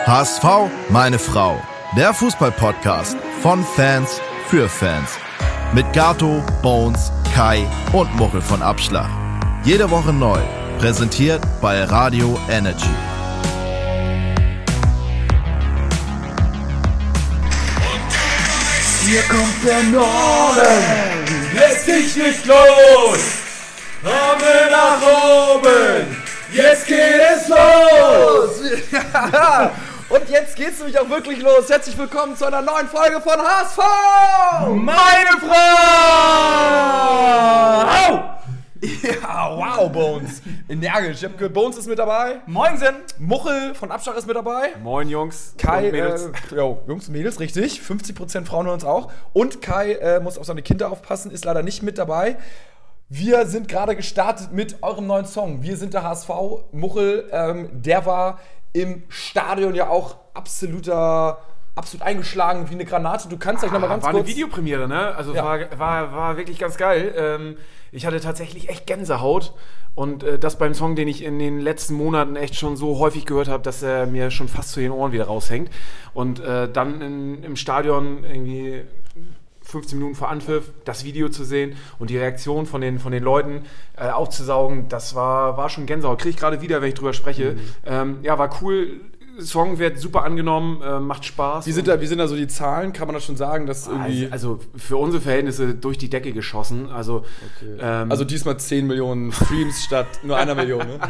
HSV, meine Frau. Der Fußball-Podcast von Fans für Fans. Mit Gato, Bones, Kai und Muchel von Abschlag. Jede Woche neu. Präsentiert bei Radio Energy. Hier kommt der Norden, lässt sich nicht los. Arme nach oben, jetzt geht es los. Und jetzt geht's nämlich auch wirklich los. Herzlich willkommen zu einer neuen Folge von HSV, meine Frau. Ja, wow, Bones. Energisch. Ich hab gehört, Bones ist mit dabei. Moinsen. Muchel von Abschlag ist mit dabei. Moin, Jungs. Kai, Mädels. Jungs, Mädels, richtig. 50% Frauen hören uns auch. Und Kai muss auf seine Kinder aufpassen, ist leider nicht mit dabei. Wir sind gerade gestartet mit eurem neuen Song. Wir sind der HSV. Muchel, der war im Stadion ja auch absolut eingeschlagen wie eine Granate. Du kannst gleich nochmal ganz kurz... War eine Videopremiere, ne? Also ja. war wirklich ganz geil. Ich hatte tatsächlich echt Gänsehaut. Und das beim Song, den ich in den letzten Monaten echt schon so häufig gehört habe, dass er mir schon fast zu den Ohren wieder raushängt. Und dann im Stadion irgendwie 15 Minuten vor Anpfiff das Video zu sehen und die Reaktion von den Leuten aufzusaugen, das war schon Gänsehaut. Kriege ich gerade wieder, wenn ich drüber spreche. Ja, war cool. Song wird super angenommen, macht Spaß. Wie sind da so die Zahlen? Kann man das schon sagen, dass irgendwie... Also für unsere Verhältnisse durch die Decke geschossen. Also, okay. Also diesmal 10 Millionen Streams statt nur 1 Million, ne?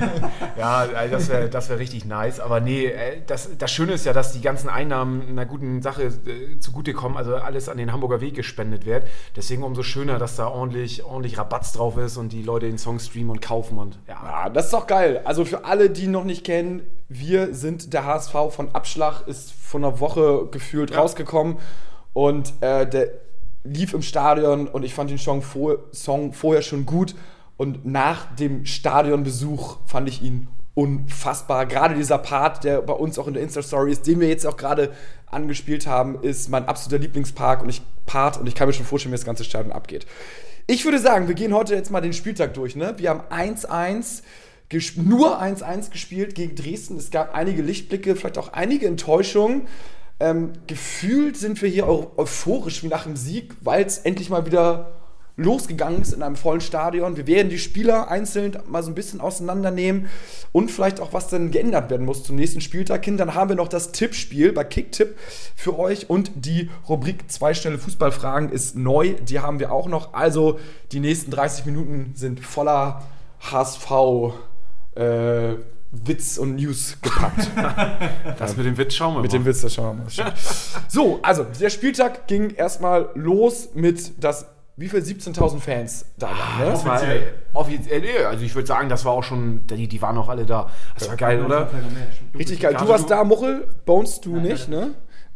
Ja, das wär richtig nice. Aber nee, das Schöne ist ja, dass die ganzen Einnahmen einer guten Sache zugutekommen. Also alles an den Hamburger Weg gespendet wird. Deswegen umso schöner, dass da ordentlich Rabatz drauf ist und die Leute den Song streamen und kaufen. Und ja, das ist doch geil. Also für alle, die ihn noch nicht kennen, wir sind der HSV von Abschlag, ist vor einer Woche gefühlt rausgekommen und der lief im Stadion und ich fand den Song vorher schon gut und nach dem Stadionbesuch fand ich ihn unfassbar. Gerade dieser Part, der bei uns auch in der Insta-Story ist, den wir jetzt auch gerade angespielt haben, ist mein absoluter Lieblingspart und ich kann mir schon vorstellen, wie das ganze Stadion abgeht. Ich würde sagen, wir gehen heute jetzt mal den Spieltag durch, ne? Wir haben 1-1 nur 1-1 gespielt gegen Dresden. Es gab einige Lichtblicke, vielleicht auch einige Enttäuschungen. Gefühlt sind wir hier euphorisch wie nach dem Sieg, weil es endlich mal wieder losgegangen ist in einem vollen Stadion. Wir werden die Spieler einzeln mal so ein bisschen auseinandernehmen und vielleicht auch, was dann geändert werden muss zum nächsten Spieltag hin. Dann haben wir noch das Tippspiel bei Kicktipp für euch und die Rubrik 2 schnelle Fußballfragen ist neu. Die haben wir auch noch. Also die nächsten 30 Minuten sind voller HSV Witz und News gepackt. Das mit dem Witz schauen wir mal. Mit dem Witz, das schauen wir mal. So, also der Spieltag ging erstmal los mit wie viel? 17.000 Fans da waren, ne? Das war offiziell, also ich würde sagen, das war auch schon, die waren auch alle da. Das war geil, oder? Richtig geil. Du warst da, Muchel, Bones, du nicht, ne?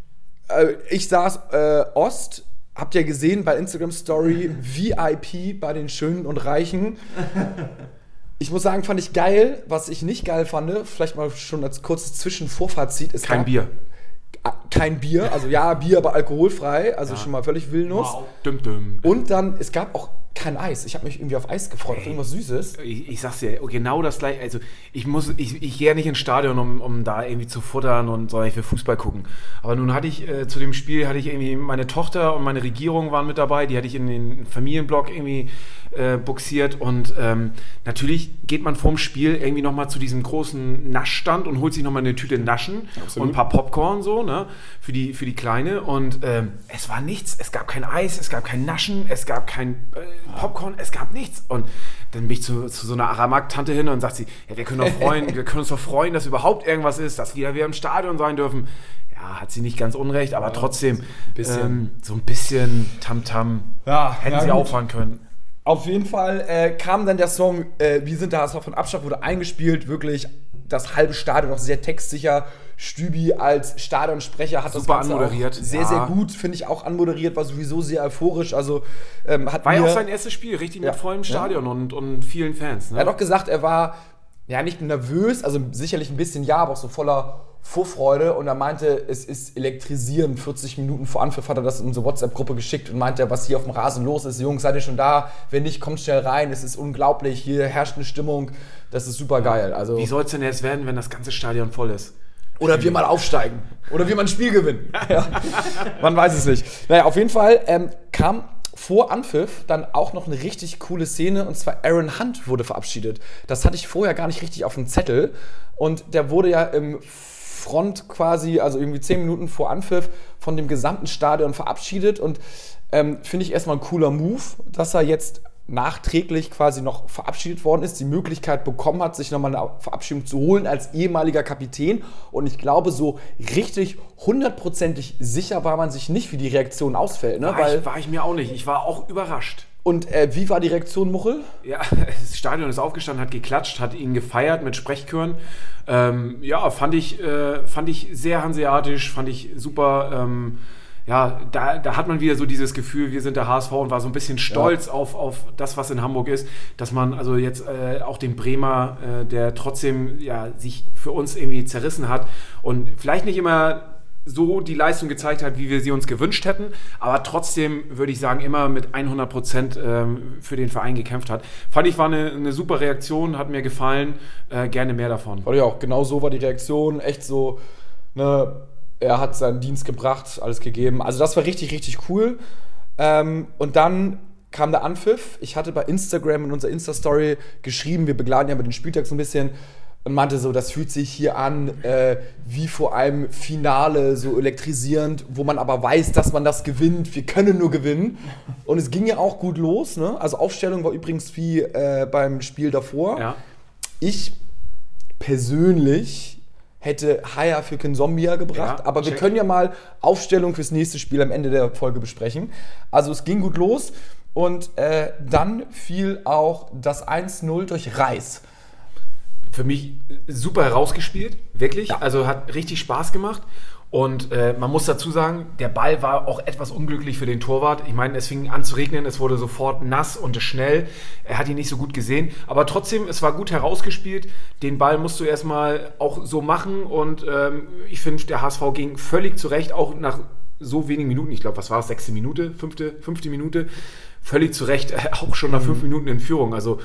Ich saß Ost. Habt ihr gesehen bei Instagram Story VIP bei den Schönen und Reichen? Ich muss sagen, fand ich geil. Was ich nicht geil fand, vielleicht mal schon als kurzes Zwischenvorfazit, ist kein Bier. Kein Bier, also ja, Bier, aber alkoholfrei, also schon mal völlig Willnuss. Wow. Düm. Und dann, es gab auch kein Eis. Ich habe mich irgendwie auf Eis gefreut, auf irgendwas Süßes. Ich sag's dir, genau das gleiche. Also ich gehe ja nicht ins Stadion, um da irgendwie zu futtern und soll ich für Fußball gucken. Aber nun hatte ich zu dem Spiel irgendwie meine Tochter und meine Regierung waren mit dabei. Die hatte ich in den Familienblock irgendwie buxiert und natürlich geht man vorm Spiel irgendwie nochmal zu diesem großen Naschstand und holt sich nochmal eine Tüte Naschen. Absolut. Und ein paar Popcorn so, ne, für die Kleine und es war nichts, es gab kein Eis, es gab kein Naschen, es gab kein Popcorn, es gab nichts und dann bin ich zu so einer Aramak-Tante hin und sagt sie, ja, wir können uns doch freuen, dass überhaupt irgendwas ist, dass wir im Stadion sein dürfen. Ja, hat sie nicht ganz unrecht, aber trotzdem so ein bisschen Tamtam hätten sie auffahren können. Auf jeden Fall kam dann der Song Wir sind der HSV von Abschlag, wurde eingespielt, wirklich das halbe Stadion noch sehr textsicher. Stübi als Stadionsprecher hat super das Ganze anmoderiert. Auch sehr gut, finde ich auch anmoderiert, war sowieso sehr euphorisch. Also, war ja auch sein erstes Spiel, richtig mit vollem Stadion und vielen Fans. Ne? Er hat auch gesagt, er war nicht nervös, also sicherlich ein bisschen aber auch so voller Vorfreude und er meinte, es ist elektrisierend. 40 Minuten vor Anpfiff hat er das in unsere WhatsApp-Gruppe geschickt und meinte, was hier auf dem Rasen los ist. Jungs, seid ihr schon da? Wenn nicht, kommt schnell rein. Es ist unglaublich. Hier herrscht eine Stimmung. Das ist super geil. Also, wie soll es denn jetzt werden, wenn das ganze Stadion voll ist? Oder wir mal aufsteigen. Oder wir mal ein Spiel gewinnen. Ja. Man weiß es nicht. Naja, auf jeden Fall kam vor Anpfiff dann auch noch eine richtig coole Szene, und zwar Aaron Hunt wurde verabschiedet. Das hatte ich vorher gar nicht richtig auf dem Zettel. Und der wurde ja im Front quasi, also irgendwie 10 Minuten vor Anpfiff, von dem gesamten Stadion verabschiedet. Und finde ich erstmal ein cooler Move, dass er jetzt nachträglich quasi noch verabschiedet worden ist, die Möglichkeit bekommen hat, sich nochmal eine Verabschiedung zu holen als ehemaliger Kapitän. Und ich glaube, so richtig 100%ig sicher war man sich nicht, wie die Reaktion ausfällt. Ne? War ich mir auch nicht. Ich war auch überrascht. Und wie war die Reaktion, Muchel? Ja, das Stadion ist aufgestanden, hat geklatscht, hat ihn gefeiert mit Sprechchören. Fand ich sehr hanseatisch, fand ich super. Da hat man wieder so dieses Gefühl, wir sind der HSV, und war so ein bisschen stolz auf das, was in Hamburg ist, dass man also jetzt auch den Bremer, der trotzdem sich für uns irgendwie zerrissen hat und vielleicht nicht immer so die Leistung gezeigt hat, wie wir sie uns gewünscht hätten, aber trotzdem, würde ich sagen, immer mit 100% für den Verein gekämpft hat. Fand ich, war eine super Reaktion, hat mir gefallen, gerne mehr davon. Fand ich auch, genau so war die Reaktion, echt so, ne, er hat seinen Dienst gebracht, alles gegeben. Also das war richtig, richtig cool. Und dann kam der Anpfiff. Ich hatte bei Instagram in unserer Insta-Story geschrieben, wir begleiten ja mit den Spieltag so ein bisschen, und meinte so, das fühlt sich hier an wie vor einem Finale, so elektrisierend, wo man aber weiß, dass man das gewinnt. Wir können nur gewinnen. Und es ging ja auch gut los. Ne? Also Aufstellung war übrigens wie beim Spiel davor. Ja. Ich persönlich hätte Haya für Kinzombia gebracht, aber wir können ja mal Aufstellung fürs nächste Spiel am Ende der Folge besprechen. Also es ging gut los, und dann fiel auch das 1-0 durch Reis. Für mich super herausgespielt, wirklich. Ja. Also hat richtig Spaß gemacht. Und man muss dazu sagen, der Ball war auch etwas unglücklich für den Torwart. Ich meine, es fing an zu regnen, es wurde sofort nass und schnell. Er hat ihn nicht so gut gesehen. Aber trotzdem, es war gut herausgespielt. Den Ball musst du erstmal auch so machen. Und ich finde, der HSV ging völlig zurecht, auch nach so wenigen Minuten. Ich glaube, was war es, 6. Minute, 5. Minute? Völlig zu Recht, auch schon nach 5 Minuten in Führung. Also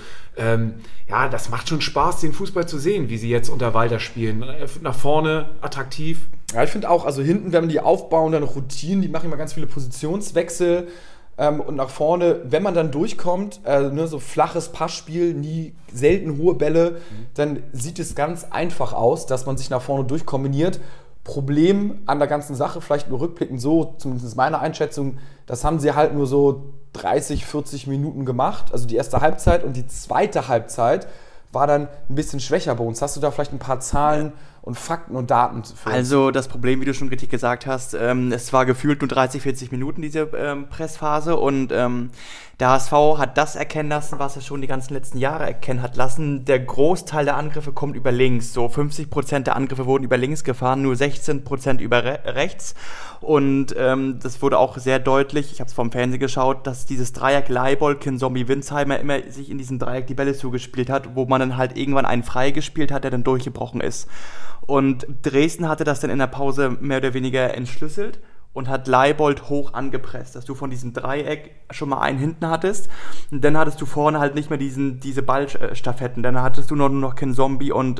das macht schon Spaß, den Fußball zu sehen, wie sie jetzt unter Walter spielen. Nach vorne, attraktiv. Ja, ich finde auch, also hinten, wenn man die aufbauen, dann Routinen, die machen immer ganz viele Positionswechsel. Und nach vorne, wenn man dann durchkommt, so flaches Passspiel, selten hohe Bälle, dann sieht es ganz einfach aus, dass man sich nach vorne durchkombiniert. Problem an der ganzen Sache, vielleicht nur rückblickend so, zumindest meine Einschätzung, das haben sie halt nur so 30, 40 Minuten gemacht, also die erste Halbzeit, und die zweite Halbzeit war dann ein bisschen schwächer bei uns. Hast du da vielleicht ein paar Zahlen und Fakten und Daten für uns? Also das Problem, wie du schon richtig gesagt hast, es war gefühlt nur 30, 40 Minuten, diese Pressphase, und der HSV hat das erkennen lassen, was er schon die ganzen letzten Jahre erkennen hat lassen. Der Großteil der Angriffe kommt über links. So 50% der Angriffe wurden über links gefahren, nur 16% über rechts. Und das wurde auch sehr deutlich, ich habe es vom Fernsehen geschaut, dass dieses Dreieck Leibold, Kinzombie, Winsheimer immer sich in diesem Dreieck die Bälle zugespielt hat, wo man dann halt irgendwann einen frei gespielt hat, der dann durchgebrochen ist. Und Dresden hatte das dann in der Pause mehr oder weniger entschlüsselt und hat Leibold hoch angepresst, dass du von diesem Dreieck schon mal einen hinten hattest. Und dann hattest du vorne halt nicht mehr diese Ballstaffetten. Dann hattest du nur noch Kinzombie und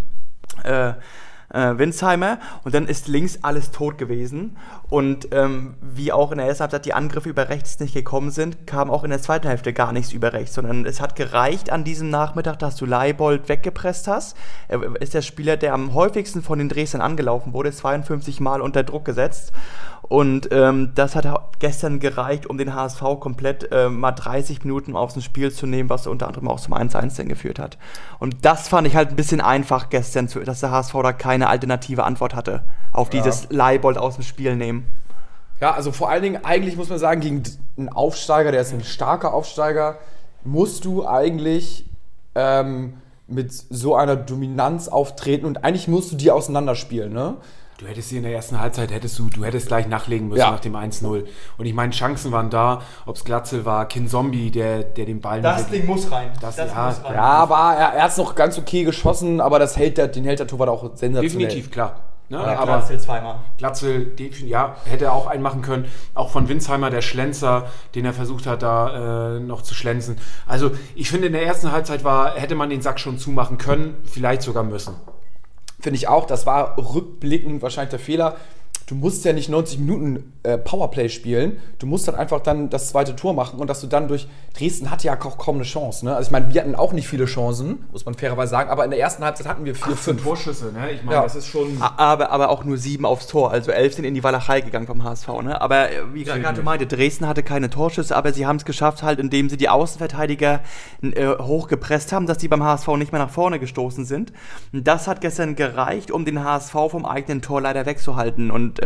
Winsheimer, und dann ist links alles tot gewesen. Und wie auch in der ersten Halbzeit die Angriffe über rechts nicht gekommen sind, kam auch in der zweiten Hälfte gar nichts über rechts, sondern es hat gereicht an diesem Nachmittag, dass du Leibold weggepresst hast. Er ist der Spieler, der am häufigsten von den Dresdnern angelaufen wurde, 52 Mal unter Druck gesetzt. Und das hat gestern gereicht, um den HSV komplett mal 30 Minuten aus dem Spiel zu nehmen, was unter anderem auch zum 1-1 dann geführt hat. Und das fand ich halt ein bisschen einfach gestern, dass der HSV da keine alternative Antwort hatte auf dieses Leibold aus dem Spiel nehmen. Ja, also vor allen Dingen, eigentlich muss man sagen, gegen einen Aufsteiger, der ist ein starker Aufsteiger, musst du eigentlich mit so einer Dominanz auftreten, und eigentlich musst du die auseinanderspielen, ne? Du hättest sie in der ersten Halbzeit, du hättest gleich nachlegen müssen nach dem 1-0. Und ich meine, Chancen waren da, ob es Glatzel war, Kinzombie, der den Ball... Das Ding muss rein. Das muss rein. Ja, aber er hat es noch ganz okay geschossen, aber den hält der Torwart auch sensationell. Definitiv, klar. Ne? Ja, aber Glatzel zweimal. Glatzel, hätte auch einen machen können. Auch von Winsheimer, der Schlenzer, den er versucht hat, da noch zu schlenzen. Also ich finde, in der ersten Halbzeit hätte man den Sack schon zumachen können, vielleicht sogar müssen. finde ich auch, das war rückblickend wahrscheinlich der Fehler. Du musst ja nicht 90 Minuten Powerplay spielen, du musst dann einfach dann das zweite Tor machen und dass du dann durch Dresden hatte ja auch kaum eine Chance. Ne? Also ich meine, wir hatten auch nicht viele Chancen, muss man fairerweise sagen, aber in der ersten Halbzeit hatten wir 4, 5 Torschüsse, ne? Ich meine, das ist schon... Aber auch nur 7 aufs Tor, also 11 sind in die Walachei gegangen vom HSV. Ne? Aber wie gerade meinte, Dresden hatte keine Torschüsse, aber sie haben es geschafft, halt, indem sie die Außenverteidiger hochgepresst haben, dass die beim HSV nicht mehr nach vorne gestoßen sind. Und das hat gestern gereicht, um den HSV vom eigenen Tor leider wegzuhalten. Und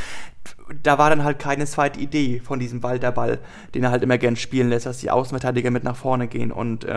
da war dann halt keine zweite Idee von diesem Walter Ball, den er halt immer gern spielen lässt, dass die Außenverteidiger mit nach vorne gehen. Und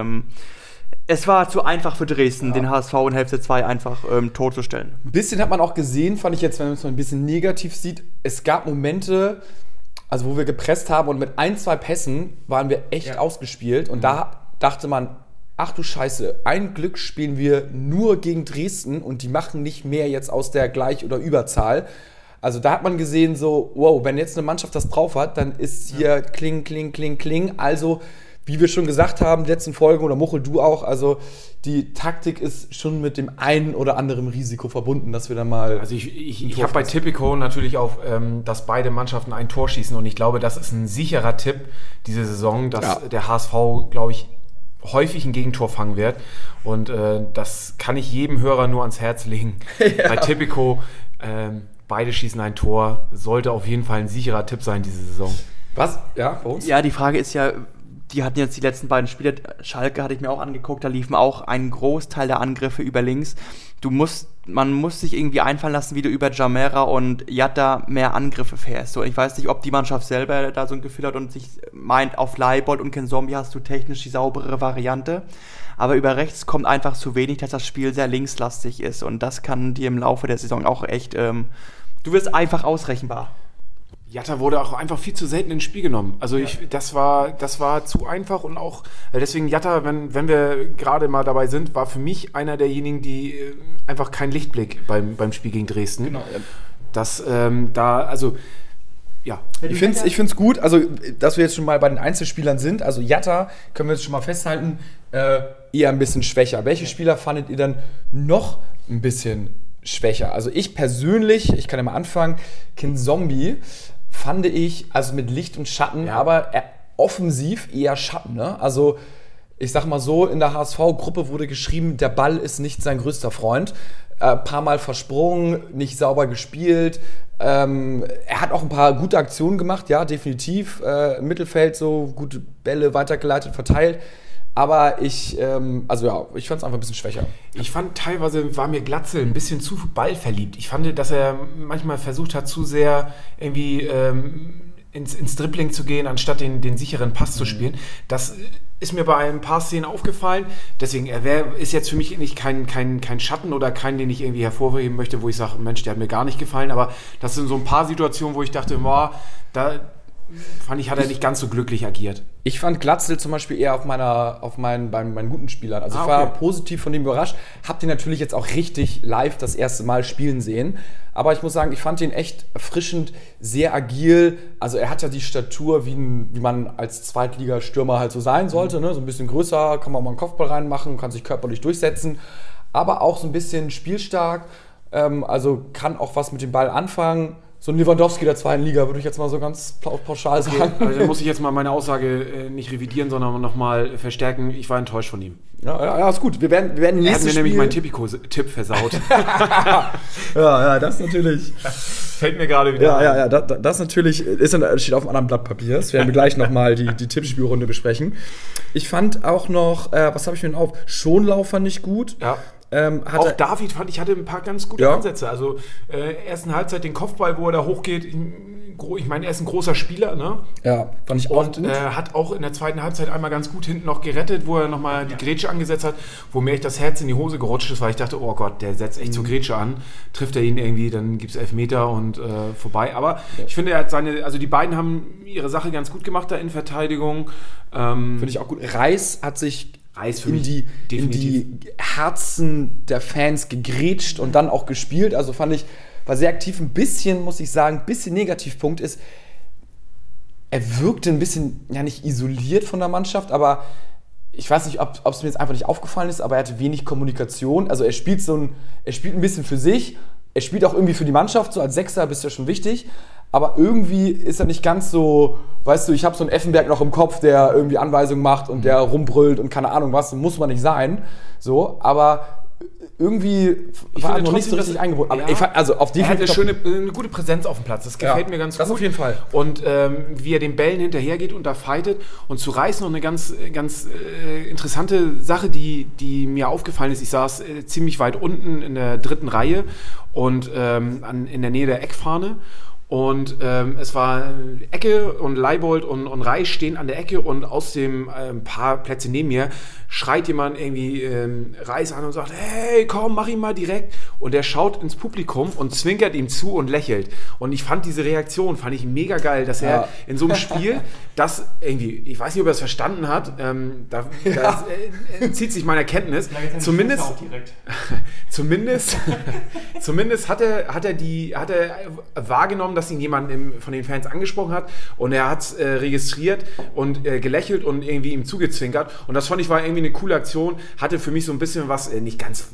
es war zu einfach für Dresden, den HSV in Hälfte 2 einfach totzustellen. Ein bisschen hat man auch gesehen, fand ich jetzt, wenn man es mal ein bisschen negativ sieht, es gab Momente, also wo wir gepresst haben und mit 1, 2 Pässen waren wir echt ausgespielt. Und da dachte man, ach du Scheiße, ein Glück spielen wir nur gegen Dresden und die machen nicht mehr jetzt aus der Gleich- oder Überzahl. Also da hat man gesehen so, wow, wenn jetzt eine Mannschaft das drauf hat, dann ist hier Kling, Kling, Kling, Kling. Also, wie wir schon gesagt haben, die letzten Folgen, oder Muchel, du auch, also die Taktik ist schon mit dem einen oder anderen Risiko verbunden, dass wir dann mal... Also ich habe bei Tipico natürlich auch, dass beide Mannschaften ein Tor schießen und ich glaube, das ist ein sicherer Tipp diese Saison, dass der HSV, glaube ich, häufig ein Gegentor fangen wird und das kann ich jedem Hörer nur ans Herz legen. Bei Tipico... beide schießen ein Tor, sollte auf jeden Fall ein sicherer Tipp sein diese Saison. Was? Ja, bei uns? Ja, die Frage ist ja, die hatten jetzt die letzten beiden Spiele, Schalke hatte ich mir auch angeguckt, da liefen auch ein Großteil der Angriffe über links. Man muss sich irgendwie einfallen lassen, wie du über Jamera und Jatta mehr Angriffe fährst. So, ich weiß nicht, ob die Mannschaft selber da so ein Gefühl hat und sich meint, auf Leibold und Kenzombi hast du technisch die saubere Variante. Aber über rechts kommt einfach zu wenig, dass das Spiel sehr linkslastig ist. Und das kann dir im Laufe der Saison auch echt... du wirst einfach ausrechenbar. Jatta wurde auch einfach viel zu selten ins Spiel genommen. Also das war zu einfach und auch deswegen Jatta, wenn wir gerade mal dabei sind, war für mich einer derjenigen, die einfach keinen Lichtblick beim Spiel gegen Dresden. Genau. Das Ich finde es gut, also dass wir jetzt schon mal bei den Einzelspielern sind. Also Jatta, können wir jetzt schon mal festhalten, eher ein bisschen schwächer. Welche Spieler fandet ihr dann noch ein bisschen schwächer? Also ich persönlich, ich kann ja mal anfangen, Kenzombi fand ich, also mit Licht und Schatten, aber offensiv eher Schatten. Ne? Also ich sag mal so, in der HSV-Gruppe wurde geschrieben, der Ball ist nicht sein größter Freund. Paar Mal versprungen, nicht sauber gespielt. Er hat auch ein paar gute Aktionen gemacht, ja, definitiv. Im Mittelfeld so gute Bälle weitergeleitet, verteilt. Aber ich fand es einfach ein bisschen schwächer. Ich fand teilweise, war mir Glatzel ein bisschen zu ballverliebt. Ich fand, dass er manchmal versucht hat, zu sehr irgendwie ins Dribbling zu gehen, anstatt den sicheren Pass zu spielen. Das ist mir bei ein paar Szenen aufgefallen. Deswegen, ist jetzt für mich nicht kein Schatten oder kein, den ich irgendwie hervorheben möchte, wo ich sage, Mensch, der hat mir gar nicht gefallen. Aber das sind so ein paar Situationen, wo ich dachte, da fand ich, hat er nicht ganz so glücklich agiert. Ich fand Glatzel zum Beispiel eher bei meinen guten Spielern. Also ich war positiv von dem überrascht. Hab den natürlich jetzt auch richtig live das erste Mal spielen sehen. Aber ich muss sagen, ich fand ihn echt erfrischend, sehr agil. Also er hat ja die Statur, wie man als Zweitligastürmer halt so sein sollte. Ne? So ein bisschen größer, kann man mal einen Kopfball reinmachen, kann sich körperlich durchsetzen. Aber auch so ein bisschen spielstark. Also kann auch was mit dem Ball anfangen. So ein Lewandowski der zweiten Liga, würde ich jetzt mal so ganz pauschal sagen. Also dann muss ich jetzt mal meine Aussage nicht revidieren, sondern nochmal verstärken. Ich war enttäuscht von ihm. Ja, ist gut. Wir werden nächstes Spiel... Er hat mir nämlich meinen Tipico-Tipp versaut. ja, das natürlich... Fällt mir gerade wieder ein. Ja, das natürlich steht auf einem anderen Blatt Papier. Das werden wir gleich nochmal die Tippspielrunde besprechen. Ich fand auch noch, was habe ich mir denn auf? Schonlauf fand ich gut. Ja. Auch David fand ich hatte ein paar ganz gute Ansätze. Also ersten Halbzeit den Kopfball, wo er da hochgeht. Ich meine, er ist ein großer Spieler, ne? Ja, fand ich auch gut. Und hat auch in der zweiten Halbzeit einmal ganz gut hinten noch gerettet, wo er nochmal die Grätsche angesetzt hat, wo mir echt das Herz in die Hose gerutscht ist, weil ich dachte, oh Gott, der setzt echt zur Grätsche an. Trifft er ihn irgendwie, dann gibt es Elfmeter und vorbei. Aber ich finde, er hat die beiden haben ihre Sache ganz gut gemacht da in Verteidigung. Finde ich auch gut. Reis hat sich in die Herzen der Fans gegrätscht und dann auch gespielt. Also fand ich, war sehr aktiv. Ein bisschen, muss ich sagen, ein bisschen Negativpunkt ist, er wirkte ein bisschen, ja nicht isoliert von der Mannschaft, aber ich weiß nicht, ob es mir jetzt einfach nicht aufgefallen ist, aber er hatte wenig Kommunikation. Also er spielt ein bisschen für sich, er spielt auch irgendwie für die Mannschaft, so als Sechser bist du ja schon wichtig, aber irgendwie ist er nicht ganz so, weißt du, ich habe so einen Effenberg noch im Kopf, der irgendwie Anweisungen macht und der rumbrüllt und keine Ahnung was, muss man nicht sein, so, aber irgendwie war er noch nicht so richtig eingebunden. Aber ja, also auf die er hat eine gute Präsenz auf dem Platz. Das gefällt mir ganz gut. Das auf jeden Fall. Und wie er den Bällen hinterhergeht und da fightet. Und zu Reis noch eine ganz interessante Sache, die mir aufgefallen ist. Ich saß ziemlich weit unten in der 3. Reihe und in der Nähe der Eckfahne. Und es war Ecke und Leibold und Reis stehen an der Ecke und aus dem paar Plätze neben mir schreit jemand irgendwie Reis an und sagt, hey, komm, mach ihn mal direkt. Und der schaut ins Publikum und zwinkert ihm zu und lächelt. Und ich fand diese Reaktion, mega geil, dass er in so einem Spiel das irgendwie, ich weiß nicht, ob er es verstanden hat, da zieht sich meine Erkenntnis. Zumindest hat er wahrgenommen, dass ihn jemand von den Fans angesprochen hat und er hat es registriert und gelächelt und irgendwie ihm zugezwinkert. Und das fand ich war irgendwie eine coole Aktion, hatte für mich so ein bisschen was, nicht ganz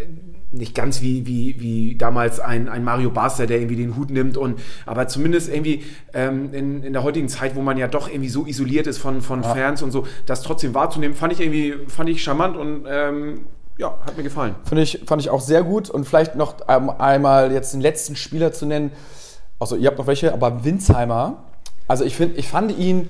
wie damals ein Mario Basler, der irgendwie den Hut nimmt, aber zumindest irgendwie in der heutigen Zeit, wo man ja doch irgendwie so isoliert ist von Fans und so, das trotzdem wahrzunehmen, fand ich charmant und hat mir gefallen. Fand ich auch sehr gut und vielleicht noch einmal jetzt den letzten Spieler zu nennen, also ihr habt noch welche, aber Winsheimer, also ich fand ihn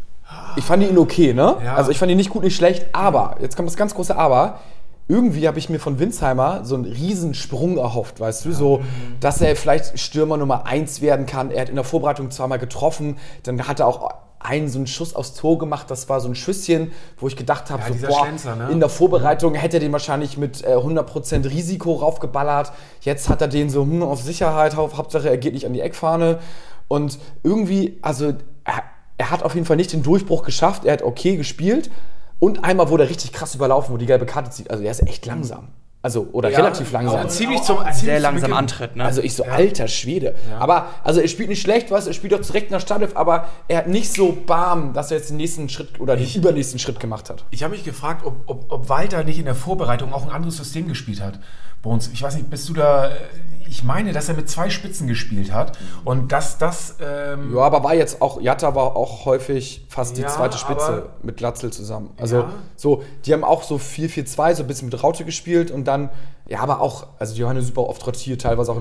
okay, ne? Ja. Also ich fand ihn nicht gut, nicht schlecht, aber, jetzt kommt das ganz große Aber, irgendwie habe ich mir von Winsheimer so einen Riesensprung erhofft, weißt du, so, dass er vielleicht Stürmer Nummer 1 werden kann. Er hat in der Vorbereitung zweimal getroffen, dann hat er auch so einen Schuss aufs Tor gemacht, das war so ein Schüsschen, wo ich gedacht habe, Schlenzer, ne? In der Vorbereitung hätte er den wahrscheinlich mit 100% Risiko raufgeballert. Jetzt hat er den so auf Sicherheit, Hauptsache er geht nicht an die Eckfahne. Und irgendwie, also er hat auf jeden Fall nicht den Durchbruch geschafft, er hat okay gespielt. Und einmal wurde er richtig krass überlaufen, wo die gelbe Karte zieht. Also er ist echt langsam. Also, oder relativ langsam. Sehr langsam Antritt, ne? Also alter Schwede. Ja. Aber, also er spielt nicht schlecht, er spielt auch direkt in der Startelf, aber er hat nicht so dass er jetzt den nächsten Schritt oder den übernächsten Schritt gemacht hat. Ich habe mich gefragt, ob Walter nicht in der Vorbereitung auch ein anderes System gespielt hat. Bei uns, ich weiß nicht, bist du da... Ich meine, dass er mit 2 Spitzen gespielt hat und dass das... ja, aber war jetzt auch... Jatta war auch häufig fast die zweite Spitze mit Glatzel zusammen. Also so, die haben auch so 4-4-2, so ein bisschen mit Raute gespielt und dann... Ja, aber auch... Also die haben super oft rotiert, teilweise auch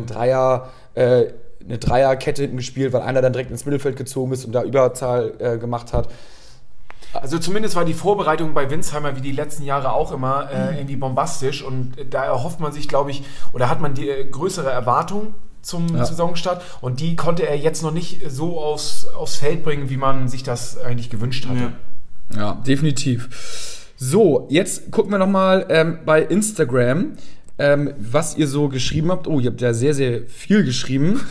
eine Dreierkette hinten gespielt, weil einer dann direkt ins Mittelfeld gezogen ist und da Überzahl gemacht hat. Also zumindest war die Vorbereitung bei Winsheimer wie die letzten Jahre auch immer irgendwie bombastisch und da erhofft man sich, glaube ich, oder hat man die größere Erwartung zum Saisonstart und die konnte er jetzt noch nicht so aufs Feld bringen, wie man sich das eigentlich gewünscht hatte. Ja, definitiv. So, jetzt gucken wir nochmal bei Instagram, was ihr so geschrieben habt. Oh, ihr habt ja sehr, sehr viel geschrieben.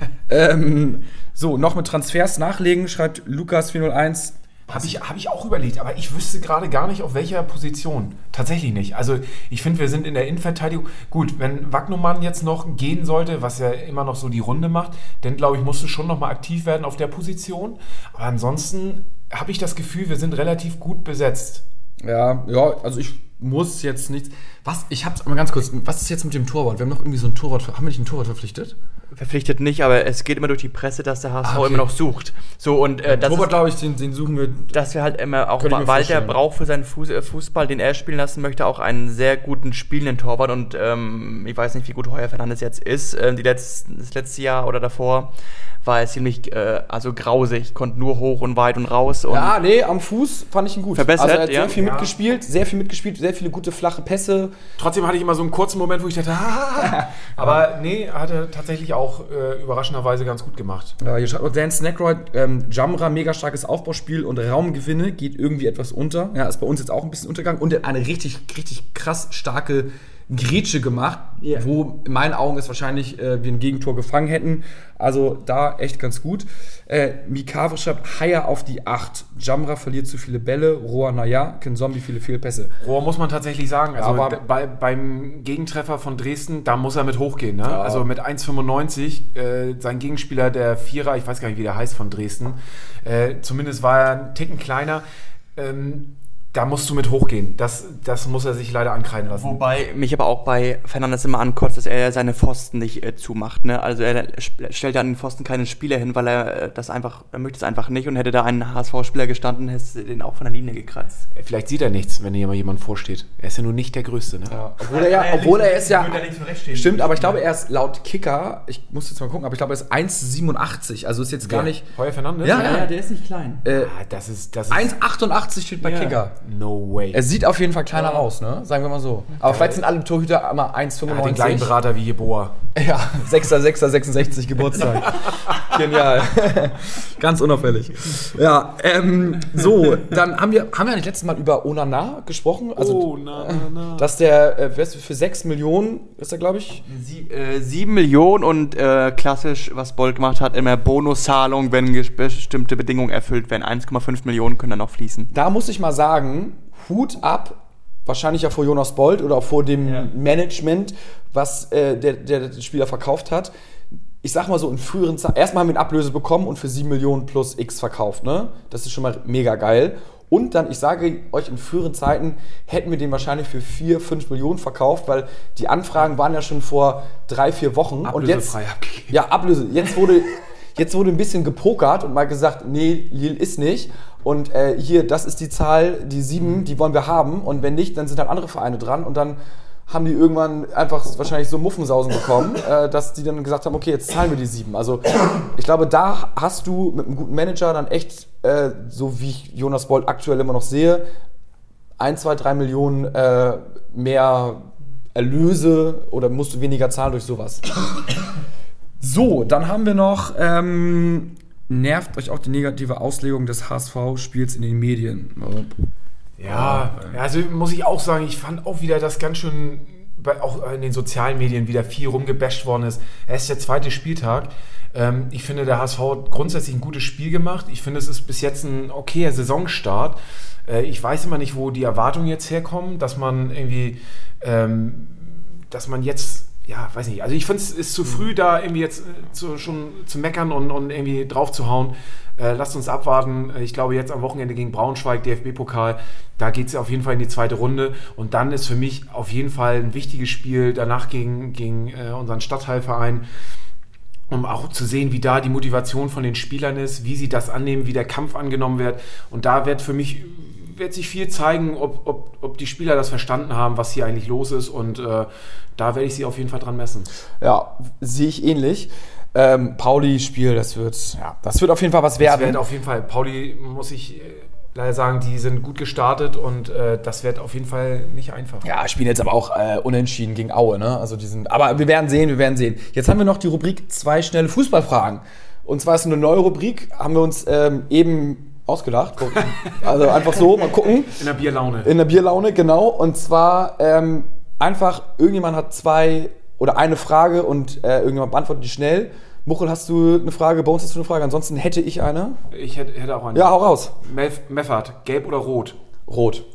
So, noch mit Transfers nachlegen, schreibt Lukas 401. Habe ich auch überlegt, aber ich wüsste gerade gar nicht, auf welcher Position. Tatsächlich nicht. Also ich finde, wir sind in der Innenverteidigung. Gut, wenn Wagnumann jetzt noch gehen sollte, was ja immer noch so die Runde macht, dann glaube ich, musst du schon noch mal aktiv werden auf der Position. Aber ansonsten habe ich das Gefühl, wir sind relativ gut besetzt. Ja, also ich muss jetzt nichts... Ich hab's mal ganz kurz, was ist jetzt mit dem Torwart? Wir haben noch irgendwie so ein Torwart, haben wir nicht einen Torwart verpflichtet? Verpflichtet nicht, aber es geht immer durch die Presse, dass der HSV immer noch sucht. So, und das Torwart, glaube ich, den suchen wir... Dass wir halt immer auch, weil der braucht für seinen Fußball, den er spielen lassen möchte, auch einen sehr guten spielenden Torwart und ich weiß nicht, wie gut Heuer Fernandes jetzt ist. Das letzte Jahr oder davor war er ziemlich grausig, konnte nur hoch und weit und raus. Und am Fuß fand ich ihn gut. Verbessert, also er hat sehr viel mitgespielt, sehr viele gute flache Pässe. Trotzdem hatte ich immer so einen kurzen Moment, wo ich dachte, aber hat er tatsächlich auch überraschenderweise ganz gut gemacht. Ja, hier schreibt Dan Snackroyd, Jamra, mega starkes Aufbauspiel und Raumgewinne, geht irgendwie etwas unter. Ja, ist bei uns jetzt auch ein bisschen untergegangen und er hat eine richtig, richtig krass starke Grätsche gemacht, wo in meinen Augen es wahrscheinlich wir ein Gegentor gefangen hätten. Also da echt ganz gut. Mikave schreibt, Haier auf die 8. Jamra verliert zu viele Bälle. Rohr, Kinzombie viele Fehlpässe. Rohr muss man tatsächlich sagen. Also beim Gegentreffer von Dresden, da muss er mit hochgehen. Ne? Ja. Also mit 1,95. Sein Gegenspieler, der Vierer, ich weiß gar nicht, wie der heißt von Dresden. Zumindest war er einen Ticken kleiner. Da musst du mit hochgehen. Das muss er sich leider ankreiden lassen. Wobei mich aber auch bei Fernandes immer ankotzt, dass er seine Pfosten nicht zumacht. Ne? Also er stellt ja an den Pfosten keinen Spieler hin, weil er möchte es einfach nicht und hätte da ein HSV-Spieler gestanden, hätte den auch von der Linie gekratzt. Vielleicht sieht er nichts, wenn hier mal jemand vorsteht. Er ist ja nun nicht der Größte. Ne? Ja, obwohl er ist ja... Stimmt, aber ich glaube, er ist laut Kicker, ich muss jetzt mal gucken, aber ich glaube, er ist 1,87, also ist jetzt gar nicht... Heuer Fernandes? Ja, der ist nicht klein. Das ist 1,88 steht bei Kicker. No way. Er sieht auf jeden Fall kleiner aus, ne? Sagen wir mal so. Aber vielleicht sind alle Torhüter immer 1,95. Er hat den gleichen Berater wie Jeboa. Ja, 6.6.66 Geburtstag. Genial. Ganz unauffällig. Ja, so, dann haben wir nicht letztes Mal über Onana gesprochen. Also, dass der für 6 Millionen ist er, glaube ich. 7 Millionen und klassisch, was Bold gemacht hat, immer Bonuszahlung, wenn bestimmte Bedingungen erfüllt werden. 1,5 Millionen können dann noch fließen. Da muss ich mal sagen, Hut ab, wahrscheinlich ja vor Jonas Bold oder auch vor dem Management, was der Spieler verkauft hat. Ich sag mal so, in früheren Zeiten, erstmal haben wir eine Ablöse bekommen und für 7 Millionen plus X verkauft, ne? Das ist schon mal mega geil. Und dann, ich sage euch, in früheren Zeiten hätten wir den wahrscheinlich für 4, 5 Millionen verkauft, weil die Anfragen waren ja schon vor 3, 4 Wochen. Ablösefrei abgegeben. Ja, Ablöse. Jetzt wurde ein bisschen gepokert und mal gesagt, nee, Lille ist nicht. Und hier, das ist die Zahl, die 7, die wollen wir haben. Und wenn nicht, dann sind halt andere Vereine dran. Und dann haben die irgendwann einfach wahrscheinlich so Muffensausen bekommen, dass die dann gesagt haben, okay, jetzt zahlen wir die 7. Also ich glaube, da hast du mit einem guten Manager dann echt, so wie ich Jonas Bold aktuell immer noch sehe, 1, 2, 3 Millionen mehr Erlöse oder musst du weniger zahlen durch sowas. So, dann haben wir noch, nervt euch auch die negative Auslegung des HSV-Spiels in den Medien? Ja, also muss ich auch sagen, ich fand auch wieder, dass ganz schön auch in den sozialen Medien wieder viel rumgebasht worden ist. Es ist der 2. Spieltag. Ich finde, der HSV hat grundsätzlich ein gutes Spiel gemacht. Ich finde, es ist bis jetzt ein okayer Saisonstart. Ich weiß immer nicht, wo die Erwartungen jetzt herkommen, dass man irgendwie, dass man jetzt, ja, weiß nicht, also ich finde, es ist zu früh, da irgendwie jetzt schon zu meckern und irgendwie drauf zu hauen. Lasst uns abwarten. Ich glaube, jetzt am Wochenende gegen Braunschweig, DFB-Pokal, da geht es auf jeden Fall in die zweite Runde. Und dann ist für mich auf jeden Fall ein wichtiges Spiel danach gegen unseren Stadtteilverein, um auch zu sehen, wie da die Motivation von den Spielern ist, wie sie das annehmen, wie der Kampf angenommen wird. Und da wird sich viel zeigen, ob die Spieler das verstanden haben, was hier eigentlich los ist. Und da werde ich sie auf jeden Fall dran messen. Ja, sehe ich ähnlich. Pauli-Spiel, das wird auf jeden Fall was werden. Das wird auf jeden Fall. Pauli, muss ich leider sagen, die sind gut gestartet und das wird auf jeden Fall nicht einfach. Ja, spielen jetzt aber auch unentschieden gegen Aue, ne? Also aber wir werden sehen. Jetzt haben wir noch die Rubrik 2 schnelle Fußballfragen. Und zwar ist es eine neue Rubrik, haben wir uns eben ausgedacht. Also einfach so, mal gucken. In der Bierlaune. In der Bierlaune, genau. Und zwar einfach, irgendjemand hat 2 oder eine Frage und irgendjemand beantwortet die schnell. Muchel, hast du eine Frage? Bei uns hast du eine Frage. Ansonsten hätte ich eine. Ich hätte auch eine. Ja, hau raus. Meffert, gelb oder rot? Rot.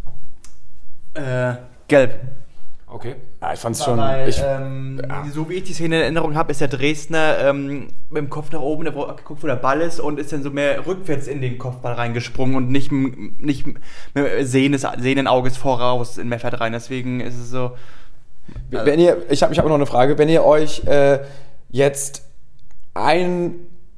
Gelb. Okay. Ja, ich fand's schon... So wie ich die Szene in Erinnerung habe, ist der Dresdner mit dem Kopf nach oben, der hat geguckt, wo der Ball ist und ist dann so mehr rückwärts in den Kopfball reingesprungen und nicht mit sehenden Auges voraus in Meffert rein. Deswegen ist es so... Ich hab noch eine Frage. Wenn ihr euch jetzt einen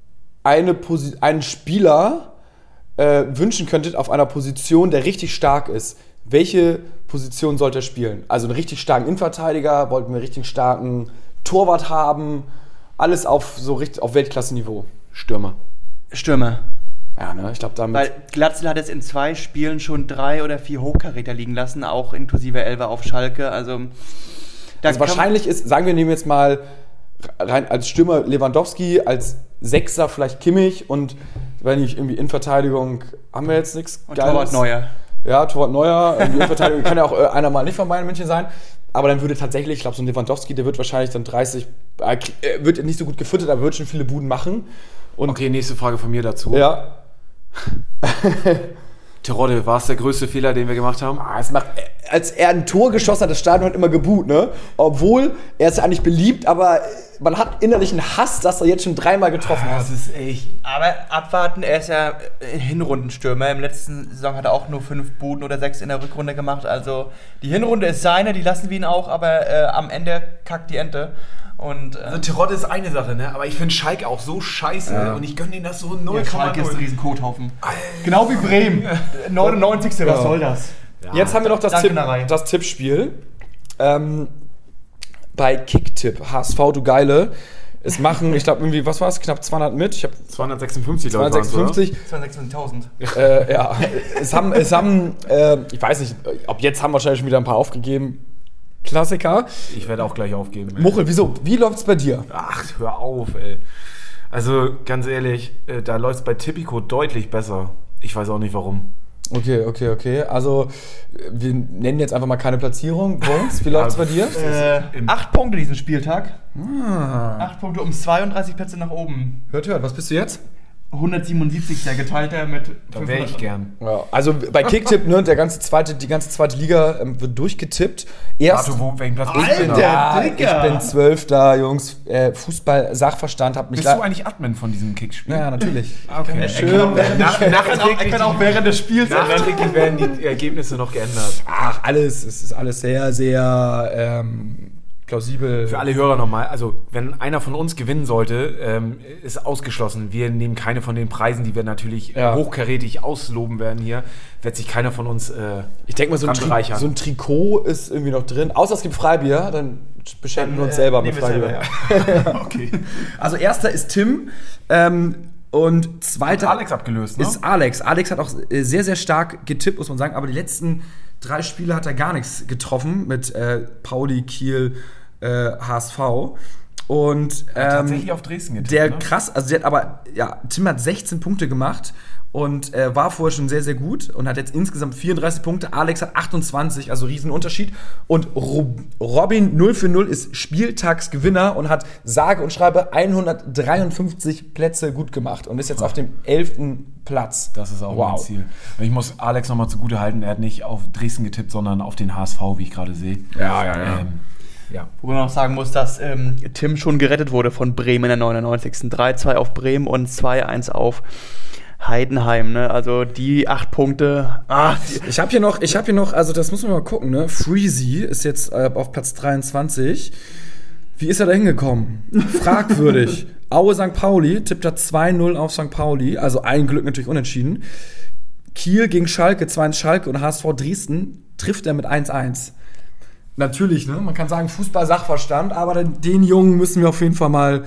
Spieler wünschen könntet auf einer Position, der richtig stark ist, welche Position sollte er spielen? Also einen richtig starken Innenverteidiger, wollten wir einen richtig starken Torwart haben, alles auf Weltklasse-Niveau. Stürmer. Ja, ne, ich glaube damit... Weil Glatzel hat jetzt in 2 Spielen schon 3 oder 4 Hochkaräter liegen lassen, auch inklusive Elfer auf Schalke, also wahrscheinlich ist, sagen wir, nehmen jetzt mal rein als Stürmer Lewandowski, als Sechser vielleicht Kimmich und wenn nicht irgendwie Innenverteidigung haben wir jetzt nichts Geiles. Torwart Neuer. Ja, Torwart Neuer, Innenverteidigung kann ja auch einer mal nicht von Bayern München sein, aber dann würde tatsächlich, ich glaube so ein Lewandowski, der wird wahrscheinlich dann 30, wird nicht so gut gefüttert, aber wird schon viele Buden machen. Und okay, nächste Frage von mir dazu. Ja. Terodde, war es der größte Fehler, den wir gemacht haben? Als er ein Tor geschossen hat, das Stadion hat immer geboot, ne? Obwohl, er ist ja eigentlich beliebt, aber man hat innerlich einen Hass, dass er jetzt schon 3-mal getroffen hat. Das ist echt... Aber abwarten, er ist ja Hinrundenstürmer. Im letzten Saison hat er auch nur 5 Buden oder 6 in der Rückrunde gemacht. Also die Hinrunde ist seine, die lassen wir ihn auch, aber am Ende kackt die Ente. Und, also Terodde ist eine Sache, ne? Aber ich finde Schalke auch so scheiße und ich gönne denen das so 0,0. Schalke ist ein riesen Kothaufen. Genau wie Bremen. 99. Was soll das? Ja. Jetzt haben wir noch das Tippspiel. Bei Kicktipp, HSV, du Geile. Es machen, ich glaube irgendwie, was war es, knapp 200 mit. Ich habe 256, glaube ich. 256.000. Ja, es haben ich weiß nicht, ob jetzt haben wahrscheinlich schon wieder ein paar aufgegeben. Klassiker. Ich werde auch gleich aufgeben. Muchel, wieso? Wie läuft's bei dir? Ach, hör auf, ey. Also, ganz ehrlich, da läuft's bei Tipico deutlich besser. Ich weiß auch nicht, warum. Okay. Also, wir nennen jetzt einfach mal keine Platzierung. Bones, wie läuft's bei dir? 8 Punkte diesen Spieltag. 8 Punkte um 32 Plätze nach oben. Hört, was bist du jetzt? 177, der geteilter mit 500. Da wäre ich gern. Ja, also bei Kicktipp, ne, die ganze zweite Liga wird durchgetippt. Erst, welchen Platz ich bin 12. Jungs, Fußball-Sachverstand. Bist du eigentlich Admin von diesem Kickspiel? Ja, natürlich. Okay. Schön. Er kann auch während des Spiels nachträglich werden die Ergebnisse noch geändert. Ach, es ist alles sehr, sehr plausibel. Für alle Hörer nochmal, also wenn einer von uns gewinnen sollte, ist ausgeschlossen. Wir nehmen keine von den Preisen, die wir natürlich hochkarätig ausloben werden hier, wird sich keiner von uns ich denke mal, so ein Trikot ist irgendwie noch drin. Außer es gibt Freibier, dann beschenken wir uns selber mit Freibier. Okay. Also erster ist Tim und zweiter Alex abgelöst, ne? Ist Alex. Alex hat auch sehr, sehr stark getippt, muss man sagen, aber die letzten 3 Spiele hat er gar nichts getroffen mit Pauli, Kiel, HSV. Und tatsächlich auf Dresden getippt. Krass, also Tim hat 16 Punkte gemacht und war vorher schon sehr, sehr gut und hat jetzt insgesamt 34 Punkte. Alex hat 28, also Riesenunterschied. Und Robin 0 für 0 ist Spieltagsgewinner und hat sage und schreibe 153 Plätze gut gemacht und ist jetzt auf dem 11. Platz. Das ist auch mein Ziel. Ich muss Alex nochmal zugute halten, er hat nicht auf Dresden getippt, sondern auf den HSV, wie ich gerade sehe. Ja. Wo man noch sagen muss, dass Tim schon gerettet wurde von Bremen in der 99. 3-2 auf Bremen und 2-1 auf Heidenheim, ne? Also die 8 Punkte. Ich habe hier noch, also das muss man mal gucken, ne? Freezy ist jetzt auf Platz 23. Wie ist er da hingekommen? Fragwürdig. Aue St. Pauli tippt da 2-0 auf St. Pauli, also ein Glück natürlich unentschieden. Kiel gegen Schalke, 2-1 Schalke und HSV Dresden trifft er mit 1-1. Natürlich, ne? Man kann sagen Fußball-Sachverstand, aber den Jungen müssen wir auf jeden Fall mal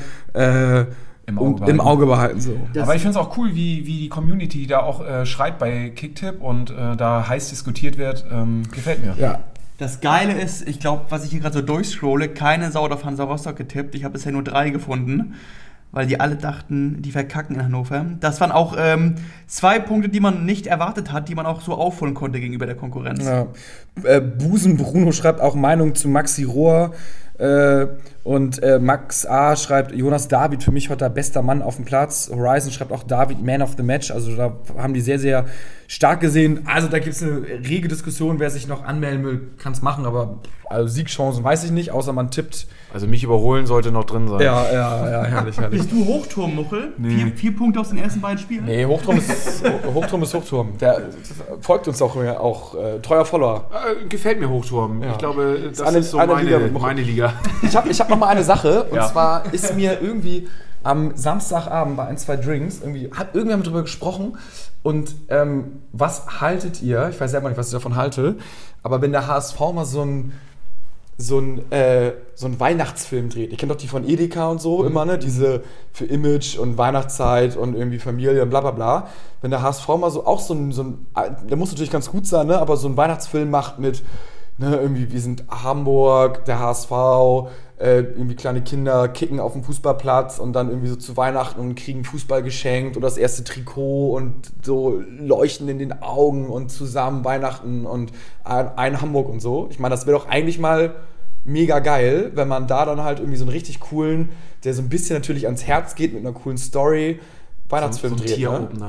im Auge behalten. So. Aber ich finde es auch cool, wie die Community da auch schreibt bei Kicktipp und da heiß diskutiert wird. Gefällt mir. Ja. Das Geile ist, ich glaube, was ich hier gerade so durchscrolle, keine Sau auf Hansa Rostock getippt. Ich habe bisher nur 3 gefunden, weil die alle dachten, die verkacken in Hannover. Das waren auch 2 Punkte, die man nicht erwartet hat, die man auch so aufholen konnte gegenüber der Konkurrenz. Ja. Busen Bruno schreibt auch Meinung zu Maxi Rohr. Und Max A. schreibt, Jonas David für mich heute der bester Mann auf dem Platz. Horizon schreibt auch David Man of the Match. Also da haben die sehr, sehr stark gesehen. Also da gibt es eine rege Diskussion. Wer sich noch anmelden will, kann es machen. Aber also Siegchancen weiß ich nicht, außer man tippt. Also mich überholen sollte noch drin sein. Ja, herrlich. Bist du Hochturm, Muchel? Nee. 4 Punkte aus den ersten beiden Spielen? Nee, Hochturm ist Hochturm. Der folgt uns auch treuer Follower. Gefällt mir Hochturm. Ja. Ich glaube, das ist so meine Liga. Ich hab noch mal eine Sache. Und zwar ist mir irgendwie am Samstagabend bei 1, 2 Drinks hat irgendjemand darüber gesprochen. Und was haltet ihr? Ich weiß selber nicht, was ich davon halte. Aber wenn der HSV mal so ein Weihnachtsfilm dreht. Ich kenne doch die von Edeka und so immer, ne? Diese für Image und Weihnachtszeit und irgendwie Familie und bla bla bla. Wenn der HSV mal der muss natürlich ganz gut sein, ne? Aber so ein Weihnachtsfilm macht mit, ne, irgendwie, wir sind Hamburg, der HSV, irgendwie kleine Kinder kicken auf dem Fußballplatz und dann irgendwie so zu Weihnachten und kriegen Fußball geschenkt oder das erste Trikot und so leuchten in den Augen und zusammen Weihnachten und ein Hamburg und so. Ich meine, das wäre doch eigentlich mal mega geil, wenn man da dann halt irgendwie so einen richtig coolen, der so ein bisschen natürlich ans Herz geht mit einer coolen Story, Weihnachtsfilm dreht. Tieropener.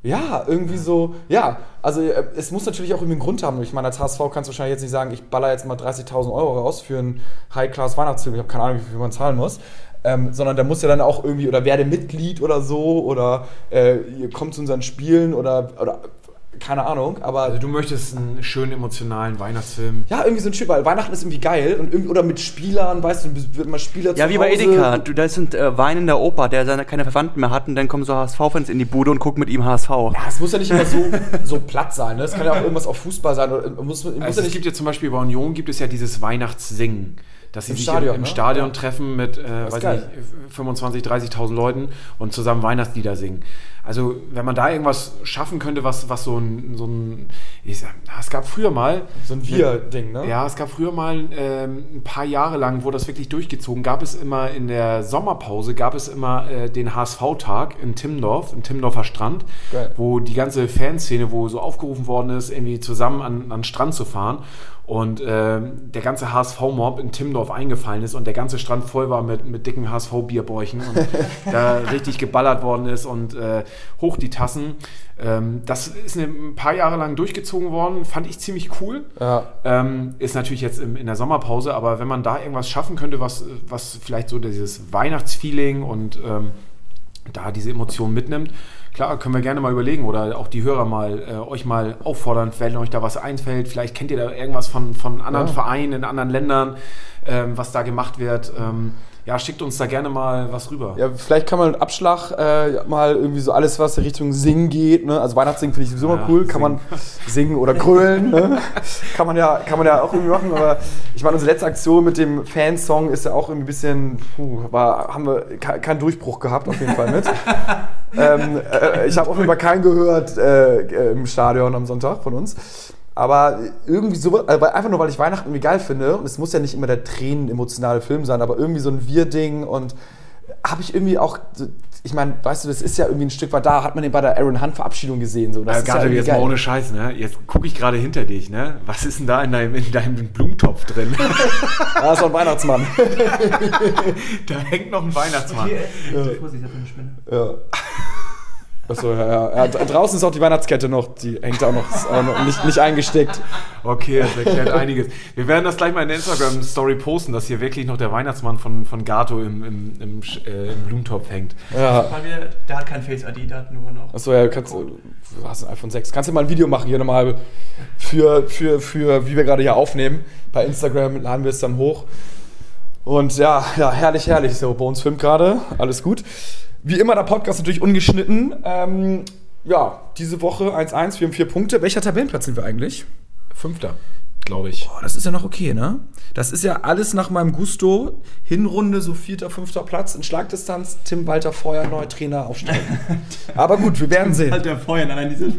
Ja, irgendwie so, ja, also es muss natürlich auch irgendwie einen Grund haben. Ich meine, als HSV kannst du wahrscheinlich jetzt nicht sagen, ich baller jetzt mal 30.000 Euro raus für einen High-Class-Weihnachtszug, ich habe keine Ahnung, wie viel man zahlen muss, sondern da muss ja dann auch irgendwie, oder werde Mitglied oder so, oder ihr kommt zu unseren Spielen oder keine Ahnung, aber... Also du möchtest einen schönen emotionalen Weihnachtsfilm. Ja, irgendwie so ein Stück, weil Weihnachten ist irgendwie geil und irgendwie, oder mit Spielern, weißt du, wird mal Spieler Ja, zu wie bei Hause. Edeka. Da ist ein weinender Opa, der keine Verwandten mehr hat und dann kommen so HSV-Fans in die Bude und gucken mit ihm HSV. Ja, es muss ja nicht immer so platt sein, ne? Es kann ja auch irgendwas auf Fußball sein. Oder muss Also ja es nicht gibt ja zum Beispiel bei Union gibt es ja dieses Weihnachtssingen, dass sie Im sich Stadion, im ne? Stadion treffen mit weiß geil. nicht, 25.000, 30.000 Leuten und zusammen Weihnachtslieder singen. Also wenn man da irgendwas schaffen könnte, was so ein es gab früher mal so ein Wir-Ding, ne? Ja, es gab früher mal ein paar Jahre lang, wo das wirklich durchgezogen, gab es immer in der Sommerpause, den HSV-Tag in Timmendorf, im Timmendorfer Strand, Geil. wo die ganze Fanszene, wo so aufgerufen worden ist, irgendwie zusammen an den Strand zu fahren und der ganze HSV-Mob in Timmendorf eingefallen ist und der ganze Strand voll war mit dicken HSV-Bierbäuchen und da richtig geballert worden ist und hoch die Tassen. Das ist ein paar Jahre lang durchgezogen worden, fand ich ziemlich cool. Ja. Ist natürlich jetzt in der Sommerpause, aber wenn man da irgendwas schaffen könnte, was vielleicht so dieses Weihnachtsfeeling und da diese Emotionen mitnimmt, klar, können wir gerne mal überlegen oder auch die Hörer euch mal auffordern, wenn euch da was einfällt. Vielleicht kennt ihr da irgendwas von anderen Vereinen in anderen Ländern, was da gemacht wird. Ja, schickt uns da gerne mal was rüber. Ja, vielleicht kann man mit Abschlag mal irgendwie so alles, was in Richtung Singen geht, ne? Also Weihnachtssingen finde ich sowieso immer cool, kann man singen oder grölen, ne? kann man ja auch irgendwie machen, aber ich meine, unsere letzte Aktion mit dem Fansong ist ja auch irgendwie ein bisschen, haben wir keinen Durchbruch gehabt, auf jeden Fall mit. Ich habe auf jeden Fall keinen gehört im Stadion am Sonntag von uns. Aber irgendwie so, einfach nur, weil ich Weihnachten irgendwie geil finde, und es muss ja nicht immer der tränenemotionale Film sein, aber irgendwie so ein Wir-Ding und habe ich irgendwie auch, ich meine, weißt du, das ist ja irgendwie ein Stück weit da, hat man den bei der Aaron Hunt Verabschiedung gesehen. So. Das ist Gato, ja jetzt geil. mal ohne Scheiß, ne? Jetzt gucke ich gerade hinter dich, ne? Was ist denn da in deinem Blumentopf drin? Da ist noch ein Weihnachtsmann. Da hängt noch ein Weihnachtsmann. Vorsicht, das ist eine Spinne. Ja. Achso, ja. Draußen ist auch die Weihnachtskette noch, die hängt auch noch, ist auch noch nicht eingesteckt. Okay, das erklärt einiges. Wir werden das gleich mal in der Instagram-Story posten, dass hier wirklich noch der Weihnachtsmann von Gato im Blumentopf hängt. Ja. Der hat kein Face-ID, der hat nur noch... Achso, ja, du hast ein iPhone 6. Kannst du mal ein Video machen hier nochmal für wie wir gerade hier aufnehmen. Bei Instagram laden wir es dann hoch. Und ja, herrlich. So, bei uns filmt gerade, alles gut. Wie immer, der Podcast natürlich ungeschnitten. Ja, diese Woche 1-1, wir haben 4 Punkte. Welcher Tabellenplatz sind wir eigentlich? 5. glaube ich. Boah, das ist ja noch okay, ne? Das ist ja alles nach meinem Gusto. Hinrunde, so 4., 5. Platz in Schlagdistanz. Tim Walter Feuer, neuer Trainer aufsteigen. Aber gut, wir werden sehen. Halt der Feuer, allein diese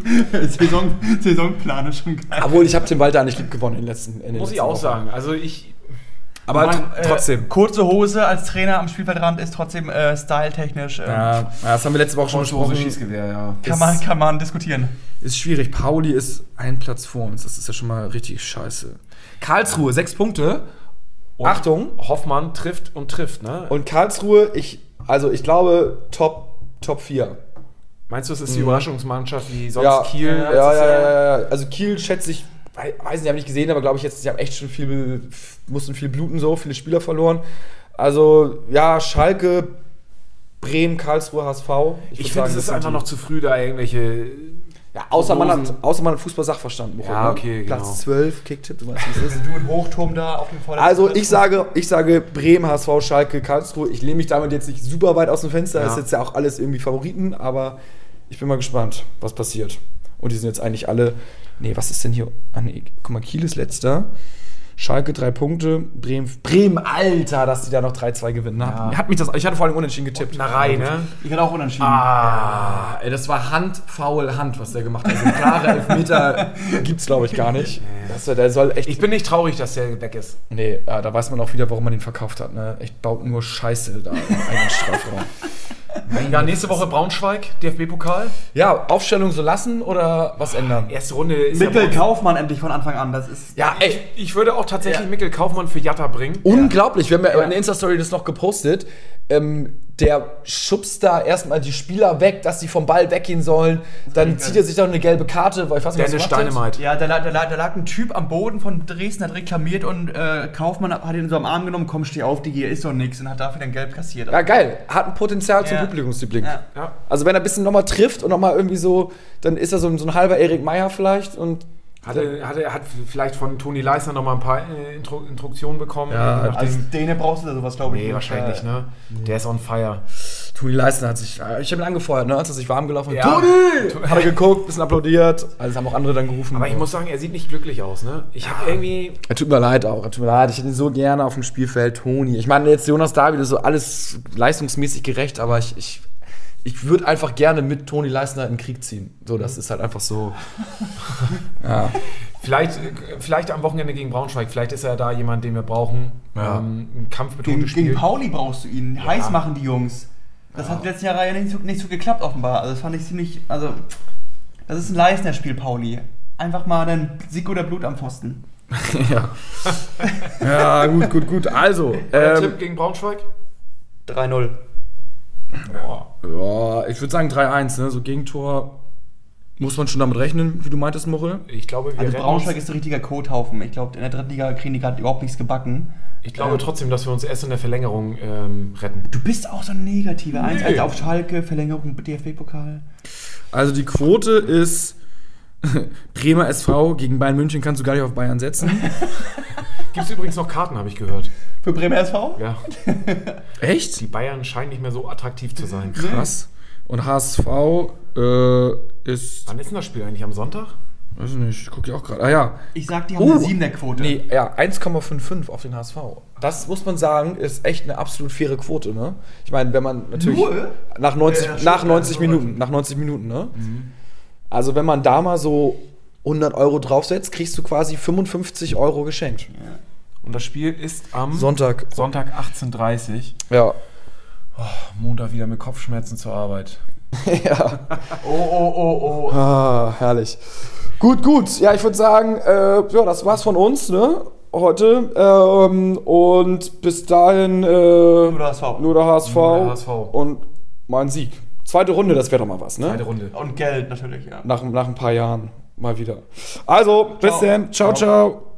Saisonplan ist schon geil. Obwohl, ich habe Tim Walter eigentlich lieb gewonnen in den letzten Muss ich auch sagen. Also Aber trotzdem. Kurze Hose als Trainer am Spielfeldrand ist trotzdem styletechnisch. Ja, das haben wir letzte Woche schon besprochen. Schießgewehr, ja. Kann man diskutieren. Ist schwierig. Pauli ist ein Platz vor uns. Das ist ja schon mal richtig scheiße. Karlsruhe, 6 Punkte. Und Achtung. Hoffmann trifft, ne? Und Karlsruhe, ich glaube, Top 4. Meinst du, es ist die Überraschungsmannschaft wie sonst Kiel? Ja. Also Kiel schätze ich, weiß nicht, habe nicht gesehen, aber glaube ich jetzt, sie haben echt schon mussten viel bluten, so, viele Spieler verloren. Also, ja, Schalke, Bremen, Karlsruhe, HSV. Ich finde, es ist einfach noch zu früh, da irgendwelche... Ja, außer man hat Fußball-Sachverstand. Ja, okay, genau. Platz 12, Kicktipp, du weißt, wie es ist. Du mit Hochturm da auf dem Vordergrund. Also, ich sage Bremen, HSV, Schalke, Karlsruhe. Ich lehne mich damit jetzt nicht super weit aus dem Fenster. Das ist jetzt ja auch alles irgendwie Favoriten, aber ich bin mal gespannt, was passiert. Und die sind jetzt eigentlich alle... Nee, was ist denn hier? Guck mal, Kiel ist letzter. Schalke 3 Punkte. Bremen, Alter, dass die da noch 3-2 gewinnen. Ja. Ich hatte vor allem unentschieden getippt. Narei, ne? Ich hatte auch unentschieden. Ey, das war Hand, was der gemacht hat. Also klare Elfmeter gibt's, glaube ich, gar nicht. Der soll echt... Ich bin nicht traurig, dass der weg ist. Nee, da weiß man auch wieder, warum man den verkauft hat. Ne? Echt baut nur Scheiße da im eigenen Strafraum. Ja, nächste Woche Braunschweig, DFB-Pokal. Ja, Aufstellung so lassen oder was ändern? Erste Runde ist Mikkel Kaufmann endlich von Anfang an. Das ist ja, ey. Ich würde auch tatsächlich Mikkel Kaufmann für Jatta bringen. Unglaublich, wir haben ja in der Insta-Story das noch gepostet. der schubst da erstmal die Spieler weg, dass sie vom Ball weggehen sollen. Dann zieht er sich dann eine gelbe Karte, weil ich weiß nicht, was er gemacht hat. Ja, da lag ein Typ am Boden von Dresden, hat reklamiert und Kaufmann hat ihn so am Arm genommen, komm, steh auf, Digi, ist doch nix und hat dafür dann gelb kassiert. Ja, geil. Hat ein Potenzial zum Publikumsliebling. Ja. Also wenn er ein bisschen nochmal trifft und nochmal irgendwie so, dann ist er so ein halber Erik Meyer vielleicht und hat vielleicht von Toni Leisner noch mal ein paar Instruktionen bekommen. Ja, also Däne brauchst du da sowas, glaube ich. Nee, wahrscheinlich nicht, ne? Der ist on fire. Toni Leisner hat sich, ich habe ihn angefeuert, ne, als er sich warm gelaufen hat. Ja. Toni! Hat er geguckt, bisschen applaudiert. Also haben auch andere dann gerufen. Aber ich muss sagen, er sieht nicht glücklich aus, ne? Ich habe irgendwie... Er tut mir leid auch, ich hätte ihn so gerne auf dem Spielfeld, Toni. Ich meine, jetzt Jonas David ist so alles leistungsmäßig gerecht, aber ich würde einfach gerne mit Toni Leisner in den Krieg ziehen. So, das ist halt einfach so. Ja. Vielleicht am Wochenende gegen Braunschweig. Vielleicht ist er da jemand, den wir brauchen. Ja. Ein kampfbetontes Spiel. Gegen Pauli brauchst du ihn. Ja. Heiß machen die Jungs. Das hat letztes Jahr ja nicht so geklappt, offenbar. Also, das fand ich ziemlich. Also, das ist ein Leisner-Spiel, Pauli. Einfach mal dann Sieg oder Blut am Pfosten. Ja. Ja, gut. Also. Tipp gegen Braunschweig? 3-0. Ja, ich würde sagen 3-1, ne? So Gegentor muss man schon damit rechnen, wie du meintest, Muchel. Ich glaube, also Braunschweig ist ein richtiger Kothaufen. Ich glaube, in der dritten Liga kriegen die gerade überhaupt nichts gebacken. Ich glaube trotzdem, dass wir uns erst in der Verlängerung retten. Du bist auch so ein Negativer. 1-1 auf Schalke, Verlängerung DFB-Pokal. Also die Quote ist Bremer SV gegen Bayern München kannst du gar nicht auf Bayern setzen. Gibt es übrigens noch Karten, habe ich gehört. Für Bremer SV? Ja. Echt? Die Bayern scheinen nicht mehr so attraktiv zu sein. Krass. Und HSV ist... Wann ist denn das Spiel eigentlich? Am Sonntag? Weiß ich nicht, ich gucke ja auch gerade. Ah ja. Ich sag, die haben eine 7er-Quote. Nee, ja, 1,55 auf den HSV. Das muss man sagen, ist echt eine absolut faire Quote, ne? Ich meine, wenn man natürlich... Nur? Nach 90 Minuten, ne? Mhm. Also wenn man da mal so 100 € draufsetzt, kriegst du quasi 55 € geschenkt. Ja. Und das Spiel ist am Sonntag 18:30 Uhr. Ja. Oh, Montag wieder mit Kopfschmerzen zur Arbeit. Ja. Oh. Ah, herrlich. Gut. Ja, ich würde sagen, das war's von uns, ne? Heute. Und bis dahin nur der HSV und mein Sieg. Zweite Runde, das wäre doch mal was, ne? Zweite Runde. Und Geld natürlich, ja. Nach ein paar Jahren mal wieder. Also, bis dann. Ciao.